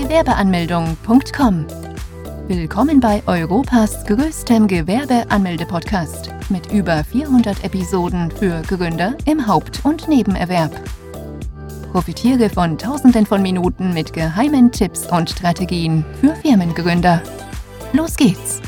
Gewerbeanmeldung.com. Willkommen bei Europas größtem Gewerbeanmelde-Podcast mit über 400 Episoden für Gründer im Haupt- und Nebenerwerb. Profitiere von Tausenden von Minuten mit geheimen Tipps und Strategien für Firmengründer. Los geht's!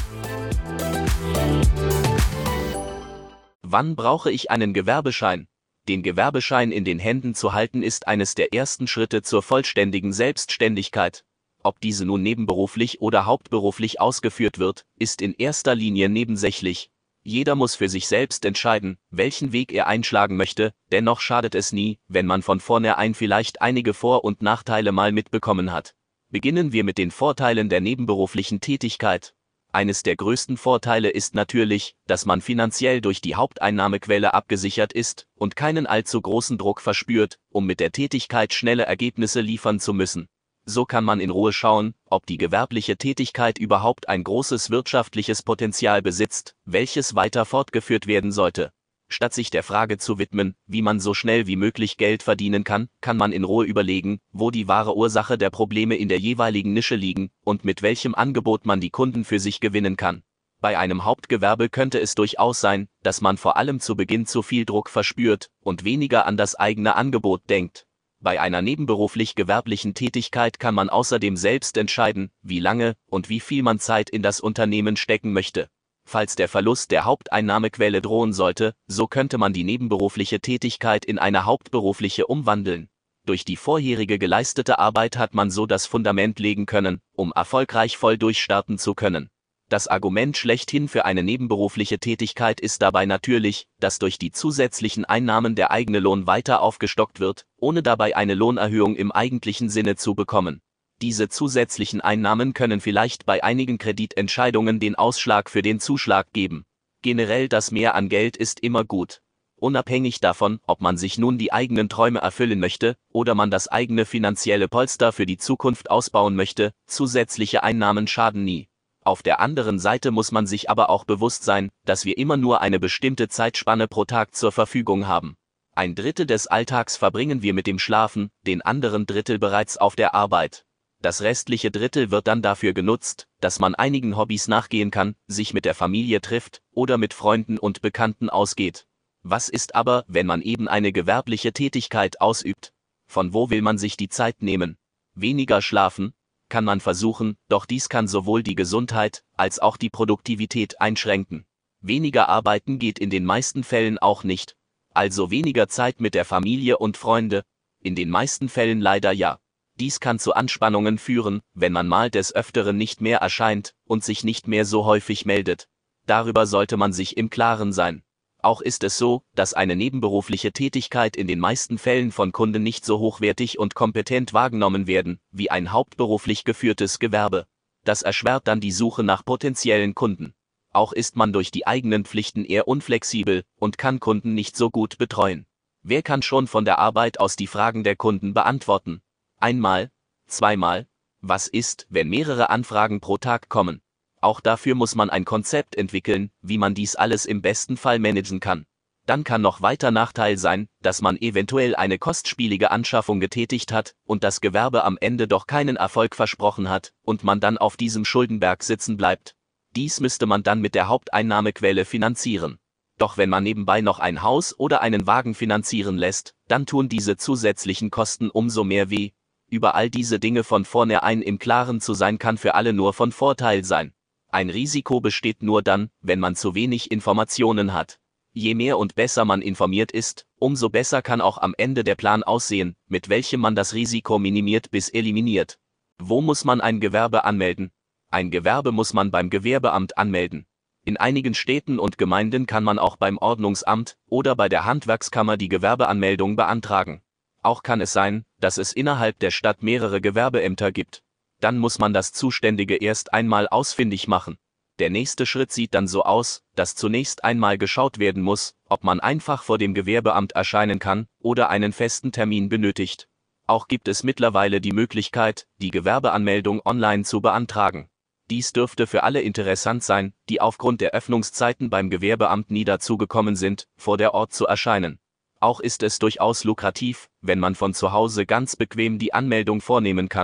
Wann brauche ich einen Gewerbeschein? Den Gewerbeschein in den Händen zu halten ist eines der ersten Schritte zur vollständigen Selbstständigkeit. Ob diese nun nebenberuflich oder hauptberuflich ausgeführt wird, ist in erster Linie nebensächlich. Jeder muss für sich selbst entscheiden, welchen Weg er einschlagen möchte, dennoch schadet es nie, wenn man von vornherein vielleicht einige Vor- und Nachteile mal mitbekommen hat. Beginnen wir mit den Vorteilen der nebenberuflichen Tätigkeit. Eines der größten Vorteile ist natürlich, dass man finanziell durch die Haupteinnahmequelle abgesichert ist und keinen allzu großen Druck verspürt, um mit der Tätigkeit schnelle Ergebnisse liefern zu müssen. So kann man in Ruhe schauen, ob die gewerbliche Tätigkeit überhaupt ein großes wirtschaftliches Potenzial besitzt, welches weiter fortgeführt werden sollte. Statt sich der Frage zu widmen, wie man so schnell wie möglich Geld verdienen kann, kann man in Ruhe überlegen, wo die wahre Ursache der Probleme in der jeweiligen Nische liegen und mit welchem Angebot man die Kunden für sich gewinnen kann. Bei einem Hauptgewerbe könnte es durchaus sein, dass man vor allem zu Beginn zu viel Druck verspürt und weniger an das eigene Angebot denkt. Bei einer nebenberuflich-gewerblichen Tätigkeit kann man außerdem selbst entscheiden, wie lange und wie viel man Zeit in das Unternehmen stecken möchte. Falls der Verlust der Haupteinnahmequelle drohen sollte, so könnte man die nebenberufliche Tätigkeit in eine hauptberufliche umwandeln. Durch die vorherige geleistete Arbeit hat man so das Fundament legen können, um erfolgreich voll durchstarten zu können. Das Argument schlechthin für eine nebenberufliche Tätigkeit ist dabei natürlich, dass durch die zusätzlichen Einnahmen der eigene Lohn weiter aufgestockt wird, ohne dabei eine Lohnerhöhung im eigentlichen Sinne zu bekommen. Diese zusätzlichen Einnahmen können vielleicht bei einigen Kreditentscheidungen den Ausschlag für den Zuschlag geben. Generell das Mehr an Geld ist immer gut. Unabhängig davon, ob man sich nun die eigenen Träume erfüllen möchte oder man das eigene finanzielle Polster für die Zukunft ausbauen möchte, zusätzliche Einnahmen schaden nie. Auf der anderen Seite muss man sich aber auch bewusst sein, dass wir immer nur eine bestimmte Zeitspanne pro Tag zur Verfügung haben. Ein Drittel des Alltags verbringen wir mit dem Schlafen, den anderen Drittel bereits auf der Arbeit. Das restliche Drittel wird dann dafür genutzt, dass man einigen Hobbys nachgehen kann, sich mit der Familie trifft oder mit Freunden und Bekannten ausgeht. Was ist aber, wenn man eben eine gewerbliche Tätigkeit ausübt? Von wo will man sich die Zeit nehmen? Weniger schlafen? Kann man versuchen, doch dies kann sowohl die Gesundheit als auch die Produktivität einschränken. Weniger arbeiten geht in den meisten Fällen auch nicht. Also weniger Zeit mit der Familie und Freunde? In den meisten Fällen leider ja. Dies kann zu Anspannungen führen, wenn man mal des Öfteren nicht mehr erscheint und sich nicht mehr so häufig meldet. Darüber sollte man sich im Klaren sein. Auch ist es so, dass eine nebenberufliche Tätigkeit in den meisten Fällen von Kunden nicht so hochwertig und kompetent wahrgenommen werden, wie ein hauptberuflich geführtes Gewerbe. Das erschwert dann die Suche nach potenziellen Kunden. Auch ist man durch die eigenen Pflichten eher unflexibel und kann Kunden nicht so gut betreuen. Wer kann schon von der Arbeit aus die Fragen der Kunden beantworten? Einmal, zweimal? Was ist, wenn mehrere Anfragen pro Tag kommen? Auch dafür muss man ein Konzept entwickeln, wie man dies alles im besten Fall managen kann. Dann kann noch weiter Nachteil sein, dass man eventuell eine kostspielige Anschaffung getätigt hat und das Gewerbe am Ende doch keinen Erfolg versprochen hat und man dann auf diesem Schuldenberg sitzen bleibt. Dies müsste man dann mit der Haupteinnahmequelle finanzieren. Doch wenn man nebenbei noch ein Haus oder einen Wagen finanzieren lässt, dann tun diese zusätzlichen Kosten umso mehr weh. Über all diese Dinge von vornherein im Klaren zu sein, kann für alle nur von Vorteil sein. Ein Risiko besteht nur dann, wenn man zu wenig Informationen hat. Je mehr und besser man informiert ist, umso besser kann auch am Ende der Plan aussehen, mit welchem man das Risiko minimiert bis eliminiert. Wo muss man ein Gewerbe anmelden? Ein Gewerbe muss man beim Gewerbeamt anmelden. In einigen Städten und Gemeinden kann man auch beim Ordnungsamt oder bei der Handwerkskammer die Gewerbeanmeldung beantragen. Auch kann es sein, dass es innerhalb der Stadt mehrere Gewerbeämter gibt. Dann muss man das Zuständige erst einmal ausfindig machen. Der nächste Schritt sieht dann so aus, dass zunächst einmal geschaut werden muss, ob man einfach vor dem Gewerbeamt erscheinen kann oder einen festen Termin benötigt. Auch gibt es mittlerweile die Möglichkeit, die Gewerbeanmeldung online zu beantragen. Dies dürfte für alle interessant sein, die aufgrund der Öffnungszeiten beim Gewerbeamt nie dazu gekommen sind, vor der Ort zu erscheinen. Auch ist es durchaus lukrativ, wenn man von zu Hause ganz bequem die Anmeldung vornehmen kann.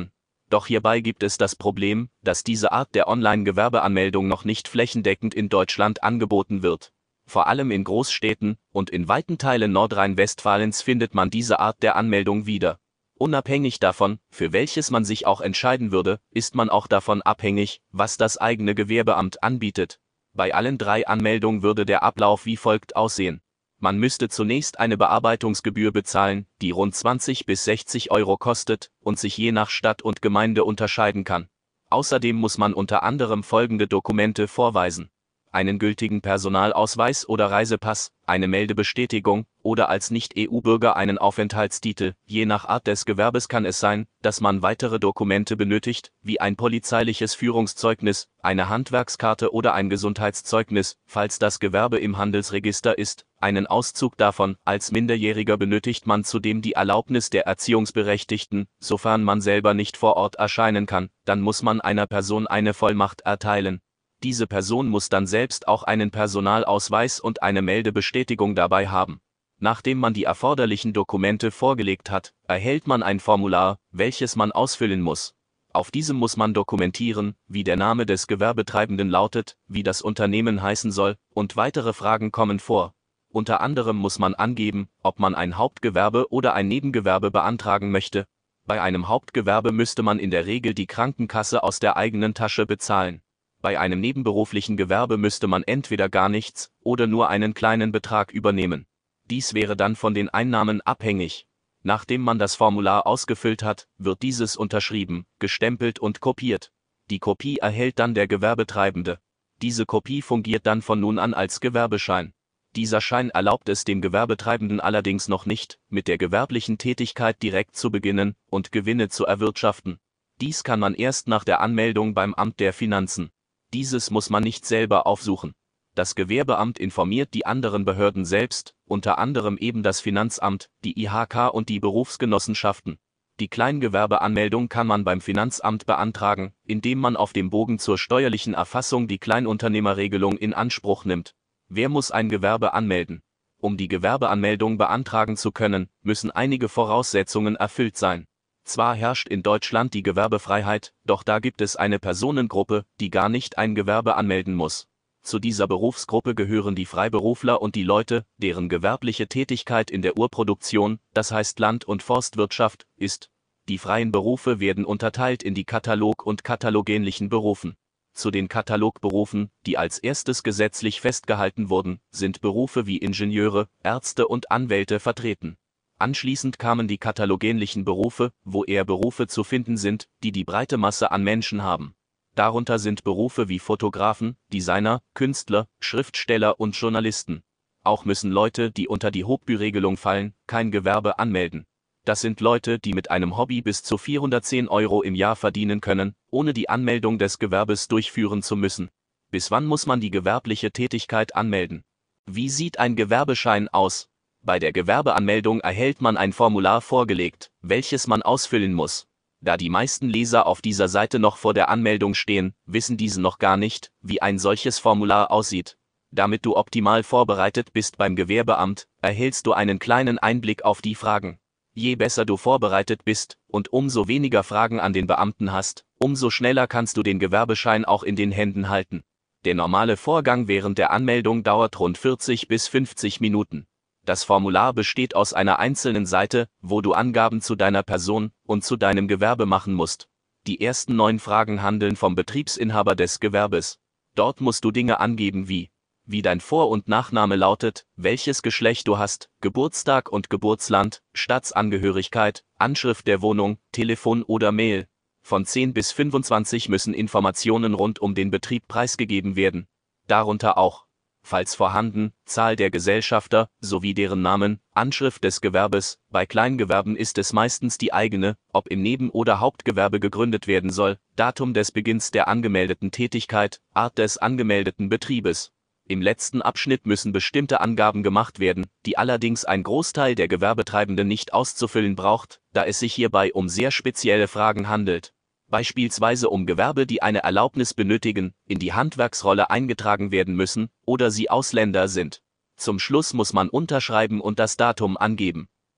Doch hierbei gibt es das Problem, dass diese Art der Online-Gewerbeanmeldung noch nicht flächendeckend in Deutschland angeboten wird. Vor allem in Großstädten und in weiten Teilen Nordrhein-Westfalens findet man diese Art der Anmeldung wieder. Unabhängig davon, für welches man sich auch entscheiden würde, ist man auch davon abhängig, was das eigene Gewerbeamt anbietet. Bei allen 3 Anmeldungen würde der Ablauf wie folgt aussehen. Man müsste zunächst eine Bearbeitungsgebühr bezahlen, die rund 20 bis 60 Euro kostet und sich je nach Stadt und Gemeinde unterscheiden kann. Außerdem muss man unter anderem folgende Dokumente vorweisen: einen gültigen Personalausweis oder Reisepass, eine Meldebestätigung oder als Nicht-EU-Bürger einen Aufenthaltstitel. Je nach Art des Gewerbes kann es sein, dass man weitere Dokumente benötigt, wie ein polizeiliches Führungszeugnis, eine Handwerkskarte oder ein Gesundheitszeugnis, falls das Gewerbe im Handelsregister ist, einen Auszug davon. Als Minderjähriger benötigt man zudem die Erlaubnis der Erziehungsberechtigten. Sofern man selber nicht vor Ort erscheinen kann, dann muss man einer Person eine Vollmacht erteilen. Diese Person muss dann selbst auch einen Personalausweis und eine Meldebestätigung dabei haben. Nachdem man die erforderlichen Dokumente vorgelegt hat, erhält man ein Formular, welches man ausfüllen muss. Auf diesem muss man dokumentieren, wie der Name des Gewerbetreibenden lautet, wie das Unternehmen heißen soll, und weitere Fragen kommen vor. Unter anderem muss man angeben, ob man ein Hauptgewerbe oder ein Nebengewerbe beantragen möchte. Bei einem Hauptgewerbe müsste man in der Regel die Krankenkasse aus der eigenen Tasche bezahlen. Bei einem nebenberuflichen Gewerbe müsste man entweder gar nichts oder nur einen kleinen Betrag übernehmen. Dies wäre dann von den Einnahmen abhängig. Nachdem man das Formular ausgefüllt hat, wird dieses unterschrieben, gestempelt und kopiert. Die Kopie erhält dann der Gewerbetreibende. Diese Kopie fungiert dann von nun an als Gewerbeschein. Dieser Schein erlaubt es dem Gewerbetreibenden allerdings noch nicht, mit der gewerblichen Tätigkeit direkt zu beginnen und Gewinne zu erwirtschaften. Dies kann man erst nach der Anmeldung beim Amt der Finanzen. Dieses muss man nicht selber aufsuchen. Das Gewerbeamt informiert die anderen Behörden selbst, unter anderem eben das Finanzamt, die IHK und die Berufsgenossenschaften. Die Kleingewerbeanmeldung kann man beim Finanzamt beantragen, indem man auf dem Bogen zur steuerlichen Erfassung die Kleinunternehmerregelung in Anspruch nimmt. Wer muss ein Gewerbe anmelden? Um die Gewerbeanmeldung beantragen zu können, müssen einige Voraussetzungen erfüllt sein. Zwar herrscht in Deutschland die Gewerbefreiheit, doch da gibt es eine Personengruppe, die gar nicht ein Gewerbe anmelden muss. Zu dieser Berufsgruppe gehören die Freiberufler und die Leute, deren gewerbliche Tätigkeit in der Urproduktion, das heißt Land- und Forstwirtschaft, ist. Die freien Berufe werden unterteilt in die Katalog- und katalogähnlichen Berufen. Zu den Katalogberufen, die als erstes gesetzlich festgehalten wurden, sind Berufe wie Ingenieure, Ärzte und Anwälte vertreten. Anschließend kamen die katalogähnlichen Berufe, wo eher Berufe zu finden sind, die die breite Masse an Menschen haben. Darunter sind Berufe wie Fotografen, Designer, Künstler, Schriftsteller und Journalisten. Auch müssen Leute, die unter die Hochbü-Regelung fallen, kein Gewerbe anmelden. Das sind Leute, die mit einem Hobby bis zu 410 Euro im Jahr verdienen können, ohne die Anmeldung des Gewerbes durchführen zu müssen. Bis wann muss man die gewerbliche Tätigkeit anmelden? Wie sieht ein Gewerbeschein aus? Bei der Gewerbeanmeldung erhält man ein Formular vorgelegt, welches man ausfüllen muss. Da die meisten Leser auf dieser Seite noch vor der Anmeldung stehen, wissen diese noch gar nicht, wie ein solches Formular aussieht. Damit du optimal vorbereitet bist beim Gewerbeamt, erhältst du einen kleinen Einblick auf die Fragen. Je besser du vorbereitet bist und umso weniger Fragen an den Beamten hast, umso schneller kannst du den Gewerbeschein auch in den Händen halten. Der normale Vorgang während der Anmeldung dauert rund 40 bis 50 Minuten. Das Formular besteht aus einer einzelnen Seite, wo du Angaben zu deiner Person und zu deinem Gewerbe machen musst. Die ersten 9 Fragen handeln vom Betriebsinhaber des Gewerbes. Dort musst du Dinge angeben wie dein Vor- und Nachname lautet, welches Geschlecht du hast, Geburtstag und Geburtsland, Staatsangehörigkeit, Anschrift der Wohnung, Telefon oder Mail. Von 10 bis 25 müssen Informationen rund um den Betrieb preisgegeben werden. Darunter auch, falls vorhanden, Zahl der Gesellschafter sowie deren Namen, Anschrift des Gewerbes. Bei Kleingewerben ist es meistens die eigene, ob im Neben- oder Hauptgewerbe gegründet werden soll, Datum des Beginns der angemeldeten Tätigkeit, Art des angemeldeten Betriebes. Im letzten Abschnitt müssen bestimmte Angaben gemacht werden, die allerdings ein Großteil der Gewerbetreibenden nicht auszufüllen braucht, da es sich hierbei um sehr spezielle Fragen handelt. Beispielsweise um Gewerbe, die eine Erlaubnis benötigen, in die Handwerksrolle eingetragen werden müssen oder sie Ausländer sind. Zum Schluss muss man unterschreiben und das Datum angeben.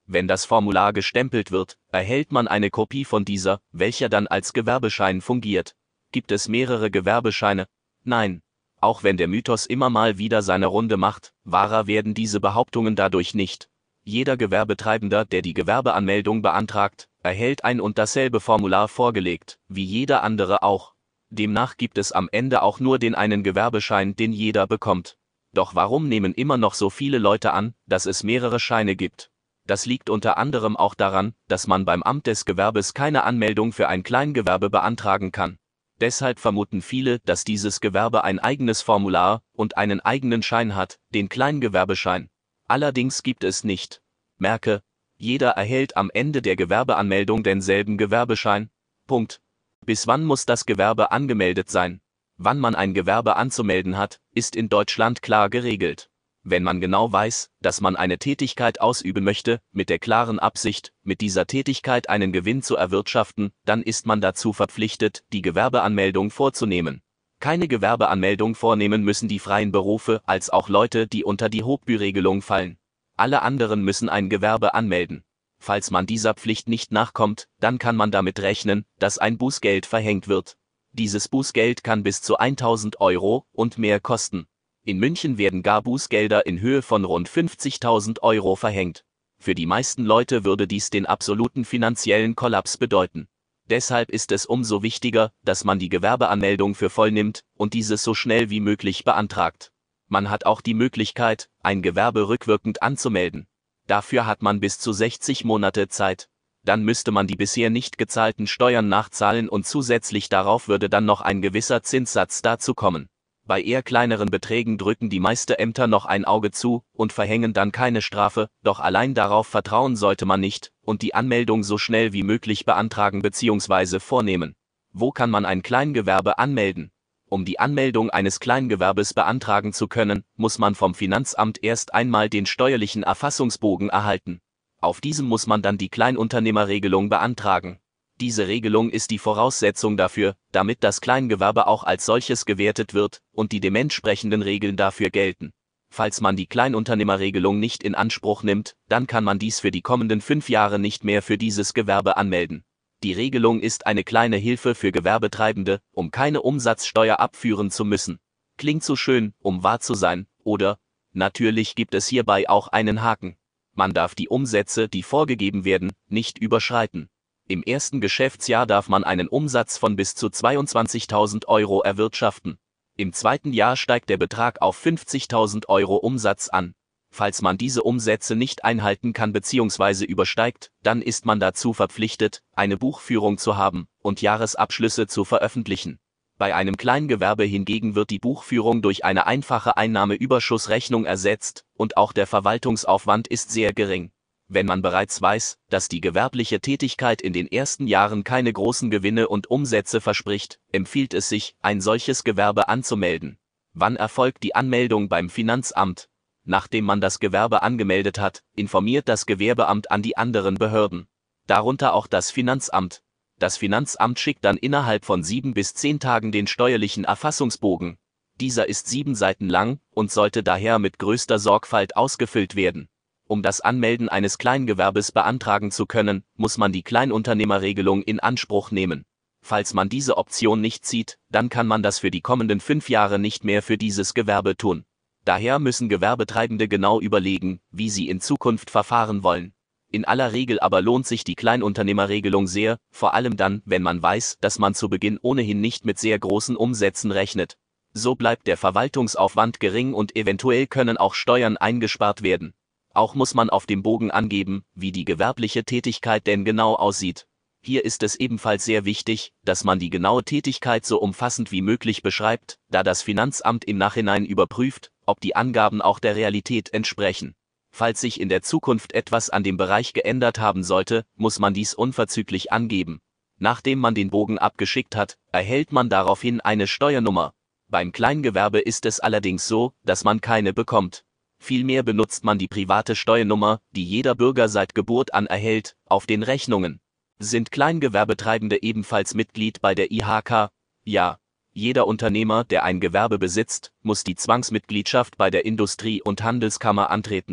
Wenn das Formular gestempelt wird, erhält man eine Kopie von dieser, welcher dann als Gewerbeschein fungiert. Gibt es mehrere Gewerbescheine? Nein. Auch wenn der Mythos immer mal wieder seine Runde macht, wahrer werden diese Behauptungen dadurch nicht. Jeder Gewerbetreibender, der die Gewerbeanmeldung beantragt, erhält ein und dasselbe Formular vorgelegt, wie jeder andere auch. Demnach gibt es am Ende auch nur den einen Gewerbeschein, den jeder bekommt. Doch warum nehmen immer noch so viele Leute an, dass es mehrere Scheine gibt? Das liegt unter anderem auch daran, dass man beim Amt des Gewerbes keine Anmeldung für ein Kleingewerbe beantragen kann. Deshalb vermuten viele, dass dieses Gewerbe ein eigenes Formular und einen eigenen Schein hat, den Kleingewerbeschein. Allerdings gibt es nicht. Merke, jeder erhält am Ende der Gewerbeanmeldung denselben Gewerbeschein. Punkt. Bis wann muss das Gewerbe angemeldet sein? Wann man ein Gewerbe anzumelden hat, ist in Deutschland klar geregelt. Wenn man genau weiß, dass man eine Tätigkeit ausüben möchte, mit der klaren Absicht, mit dieser Tätigkeit einen Gewinn zu erwirtschaften, dann ist man dazu verpflichtet, die Gewerbeanmeldung vorzunehmen. Keine Gewerbeanmeldung vornehmen müssen die freien Berufe, als auch Leute, die unter die Hochbü-Regelung fallen. Alle anderen müssen ein Gewerbe anmelden. Falls man dieser Pflicht nicht nachkommt, dann kann man damit rechnen, dass ein Bußgeld verhängt wird. Dieses Bußgeld kann bis zu 1.000 € und mehr kosten. In München werden gar Bußgelder in Höhe von rund 50.000 € verhängt. Für die meisten Leute würde dies den absoluten finanziellen Kollaps bedeuten. Deshalb ist es umso wichtiger, dass man die Gewerbeanmeldung für voll nimmt und dieses so schnell wie möglich beantragt. Man hat auch die Möglichkeit, ein Gewerbe rückwirkend anzumelden. Dafür hat man bis zu 60 Monate Zeit. Dann müsste man die bisher nicht gezahlten Steuern nachzahlen und zusätzlich darauf würde dann noch ein gewisser Zinssatz dazukommen. Bei eher kleineren Beträgen drücken die meisten Ämter noch ein Auge zu und verhängen dann keine Strafe, doch allein darauf vertrauen sollte man nicht und die Anmeldung so schnell wie möglich beantragen bzw. vornehmen. Wo kann man ein Kleingewerbe anmelden? Um die Anmeldung eines Kleingewerbes beantragen zu können, muss man vom Finanzamt erst einmal den steuerlichen Erfassungsbogen erhalten. Auf diesem muss man dann die Kleinunternehmerregelung beantragen. Diese Regelung ist die Voraussetzung dafür, damit das Kleingewerbe auch als solches gewertet wird und die dementsprechenden Regeln dafür gelten. Falls man die Kleinunternehmerregelung nicht in Anspruch nimmt, dann kann man dies für die kommenden 5 Jahre nicht mehr für dieses Gewerbe anmelden. Die Regelung ist eine kleine Hilfe für Gewerbetreibende, um keine Umsatzsteuer abführen zu müssen. Klingt so schön, um wahr zu sein, oder? Natürlich gibt es hierbei auch einen Haken. Man darf die Umsätze, die vorgegeben werden, nicht überschreiten. Im ersten Geschäftsjahr darf man einen Umsatz von bis zu 22.000 € erwirtschaften. Im zweiten Jahr steigt der Betrag auf 50.000 € Umsatz an. Falls man diese Umsätze nicht einhalten kann bzw. übersteigt, dann ist man dazu verpflichtet, eine Buchführung zu haben und Jahresabschlüsse zu veröffentlichen. Bei einem Kleingewerbe hingegen wird die Buchführung durch eine einfache Einnahmeüberschussrechnung ersetzt und auch der Verwaltungsaufwand ist sehr gering. Wenn man bereits weiß, dass die gewerbliche Tätigkeit in den ersten Jahren keine großen Gewinne und Umsätze verspricht, empfiehlt es sich, ein solches Gewerbe anzumelden. Wann erfolgt die Anmeldung beim Finanzamt? Nachdem man das Gewerbe angemeldet hat, informiert das Gewerbeamt an die anderen Behörden. Darunter auch das Finanzamt. Das Finanzamt schickt dann innerhalb von 7 bis 10 Tagen den steuerlichen Erfassungsbogen. Dieser ist 7 Seiten lang und sollte daher mit größter Sorgfalt ausgefüllt werden. Um das Anmelden eines Kleingewerbes beantragen zu können, muss man die Kleinunternehmerregelung in Anspruch nehmen. Falls man diese Option nicht zieht, dann kann man das für die kommenden 5 Jahre nicht mehr für dieses Gewerbe tun. Daher müssen Gewerbetreibende genau überlegen, wie sie in Zukunft verfahren wollen. In aller Regel aber lohnt sich die Kleinunternehmerregelung sehr, vor allem dann, wenn man weiß, dass man zu Beginn ohnehin nicht mit sehr großen Umsätzen rechnet. So bleibt der Verwaltungsaufwand gering und eventuell können auch Steuern eingespart werden. Auch muss man auf dem Bogen angeben, wie die gewerbliche Tätigkeit denn genau aussieht. Hier ist es ebenfalls sehr wichtig, dass man die genaue Tätigkeit so umfassend wie möglich beschreibt, da das Finanzamt im Nachhinein überprüft, ob die Angaben auch der Realität entsprechen. Falls sich in der Zukunft etwas an dem Bereich geändert haben sollte, muss man dies unverzüglich angeben. Nachdem man den Bogen abgeschickt hat, erhält man daraufhin eine Steuernummer. Beim Kleingewerbe ist es allerdings so, dass man keine bekommt. Vielmehr benutzt man die private Steuernummer, die jeder Bürger seit Geburt an erhält, auf den Rechnungen. Sind Kleingewerbetreibende ebenfalls Mitglied bei der IHK? Ja. Jeder Unternehmer, der ein Gewerbe besitzt, muss die Zwangsmitgliedschaft bei der Industrie- und Handelskammer antreten.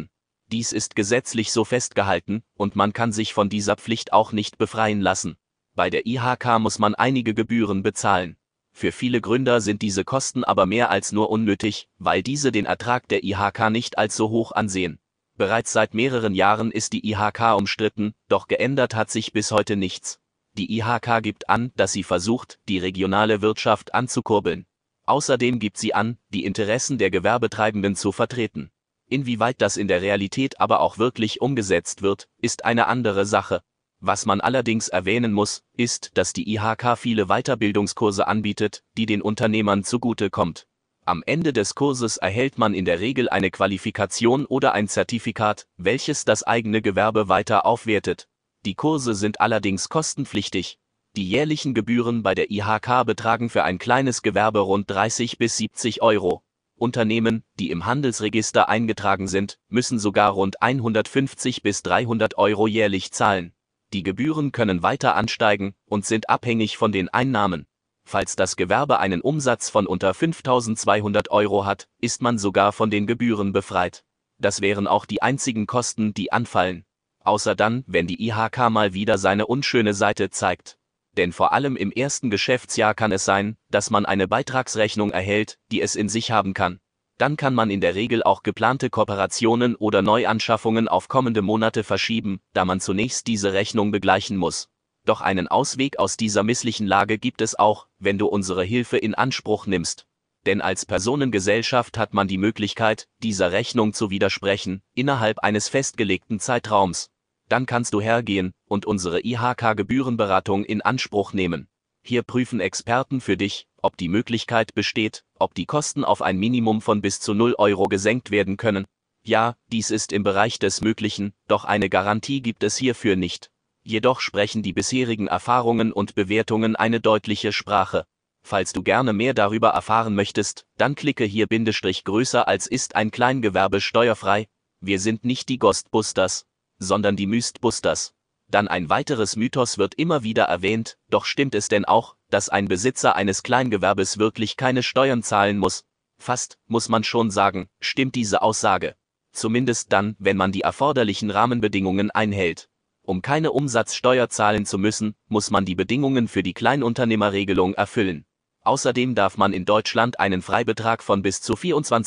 Dies ist gesetzlich so festgehalten und man kann sich von dieser Pflicht auch nicht befreien lassen. Bei der IHK muss man einige Gebühren bezahlen. Für viele Gründer sind diese Kosten aber mehr als nur unnötig, weil diese den Ertrag der IHK nicht als so hoch ansehen. Bereits seit mehreren Jahren ist die IHK umstritten, doch geändert hat sich bis heute nichts. Die IHK gibt an, dass sie versucht, die regionale Wirtschaft anzukurbeln. Außerdem gibt sie an, die Interessen der Gewerbetreibenden zu vertreten. Inwieweit das in der Realität aber auch wirklich umgesetzt wird, ist eine andere Sache. Was man allerdings erwähnen muss, ist, dass die IHK viele Weiterbildungskurse anbietet, die den Unternehmern zugutekommt. Am Ende des Kurses erhält man in der Regel eine Qualifikation oder ein Zertifikat, welches das eigene Gewerbe weiter aufwertet. Die Kurse sind allerdings kostenpflichtig. Die jährlichen Gebühren bei der IHK betragen für ein kleines Gewerbe rund 30 bis 70 Euro. Unternehmen, die im Handelsregister eingetragen sind, müssen sogar rund 150 bis 300 Euro jährlich zahlen. Die Gebühren können weiter ansteigen und sind abhängig von den Einnahmen. Falls das Gewerbe einen Umsatz von unter 5.200 Euro hat, ist man sogar von den Gebühren befreit. Das wären auch die einzigen Kosten, die anfallen. Außer dann, wenn die IHK mal wieder seine unschöne Seite zeigt. Denn vor allem im ersten Geschäftsjahr kann es sein, dass man eine Beitragsrechnung erhält, die es in sich haben kann. Dann kann man in der Regel auch geplante Kooperationen oder Neuanschaffungen auf kommende Monate verschieben, da man zunächst diese Rechnung begleichen muss. Doch einen Ausweg aus dieser misslichen Lage gibt es auch, wenn du unsere Hilfe in Anspruch nimmst. Denn als Personengesellschaft hat man die Möglichkeit, dieser Rechnung zu widersprechen, innerhalb eines festgelegten Zeitraums. Dann kannst du hergehen und unsere IHK-Gebührenberatung in Anspruch nehmen. Hier prüfen Experten für dich, ob die Möglichkeit besteht, ob die Kosten auf ein Minimum von bis zu 0 Euro gesenkt werden können. Ja, dies ist im Bereich des Möglichen, doch eine Garantie gibt es hierfür nicht. Jedoch sprechen die bisherigen Erfahrungen und Bewertungen eine deutliche Sprache. Falls du gerne mehr darüber erfahren möchtest, dann klicke hier _größer als ist ein Kleingewerbe steuerfrei. Wir sind nicht die Ghostbusters, sondern die Mythbusters. Dann ein weiteres Mythos wird immer wieder erwähnt, doch stimmt es denn auch, dass ein Besitzer eines Kleingewerbes wirklich keine Steuern zahlen muss? Fast, muss man schon sagen, stimmt diese Aussage. Zumindest dann, wenn man die erforderlichen Rahmenbedingungen einhält. Um keine Umsatzsteuer zahlen zu müssen, muss man die Bedingungen für die Kleinunternehmerregelung erfüllen. Außerdem darf man in Deutschland einen Freibetrag von bis zu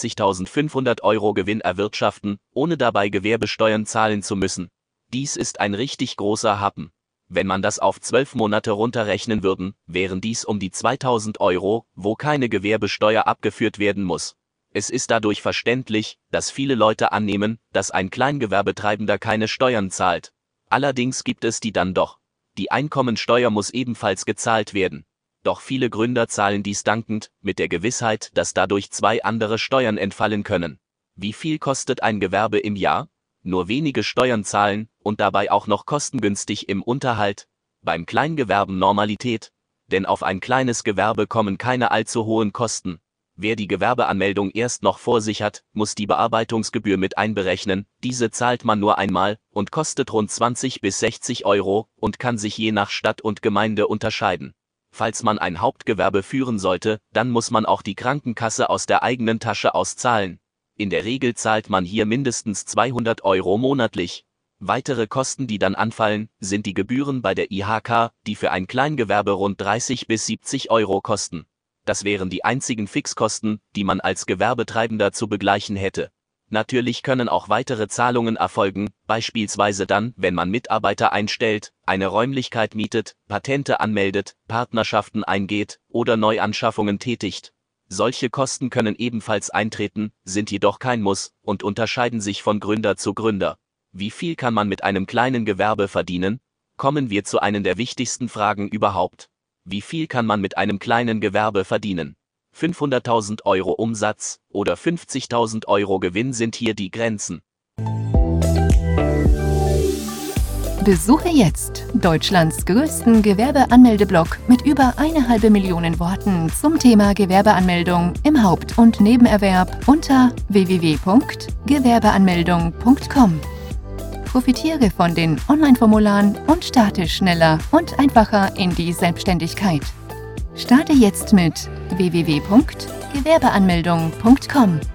24.500 Euro Gewinn erwirtschaften, ohne dabei Gewerbesteuern zahlen zu müssen. Dies ist ein richtig großer Happen. Wenn man das auf 12 Monate runterrechnen würden, wären dies um die 2.000 Euro, wo keine Gewerbesteuer abgeführt werden muss. Es ist dadurch verständlich, dass viele Leute annehmen, dass ein Kleingewerbetreibender keine Steuern zahlt. Allerdings gibt es die dann doch. Die Einkommensteuer muss ebenfalls gezahlt werden. Doch viele Gründer zahlen dies dankend, mit der Gewissheit, dass dadurch 2 andere Steuern entfallen können. Wie viel kostet ein Gewerbe im Jahr? Nur wenige Steuern zahlen und dabei auch noch kostengünstig im Unterhalt. Beim Kleingewerben Normalität. Denn auf ein kleines Gewerbe kommen keine allzu hohen Kosten. Wer die Gewerbeanmeldung erst noch vor sich hat, muss die Bearbeitungsgebühr mit einberechnen. Diese zahlt man nur einmal und kostet rund 20 bis 60 Euro und kann sich je nach Stadt und Gemeinde unterscheiden. Falls man ein Hauptgewerbe führen sollte, dann muss man auch die Krankenkasse aus der eigenen Tasche auszahlen. In der Regel zahlt man hier mindestens 200 Euro monatlich. Weitere Kosten, die dann anfallen, sind die Gebühren bei der IHK, die für ein Kleingewerbe rund 30 bis 70 Euro kosten. Das wären die einzigen Fixkosten, die man als Gewerbetreibender zu begleichen hätte. Natürlich können auch weitere Zahlungen erfolgen, beispielsweise dann, wenn man Mitarbeiter einstellt, eine Räumlichkeit mietet, Patente anmeldet, Partnerschaften eingeht oder Neuanschaffungen tätigt. Solche Kosten können ebenfalls eintreten, sind jedoch kein Muss und unterscheiden sich von Gründer zu Gründer. Wie viel kann man mit einem kleinen Gewerbe verdienen? Kommen wir zu einer der wichtigsten Fragen überhaupt. Wie viel kann man mit einem kleinen Gewerbe verdienen? 500.000 Euro Umsatz oder 50.000 Euro Gewinn sind hier die Grenzen. Besuche jetzt Deutschlands größten Gewerbeanmeldeblock mit über 1,5 Millionen Worten zum Thema Gewerbeanmeldung im Haupt- und Nebenerwerb unter www.gewerbeanmeldung.com. Profitiere von den Online-Formularen und starte schneller und einfacher in die Selbstständigkeit. Starte jetzt mit www.gewerbeanmeldung.com.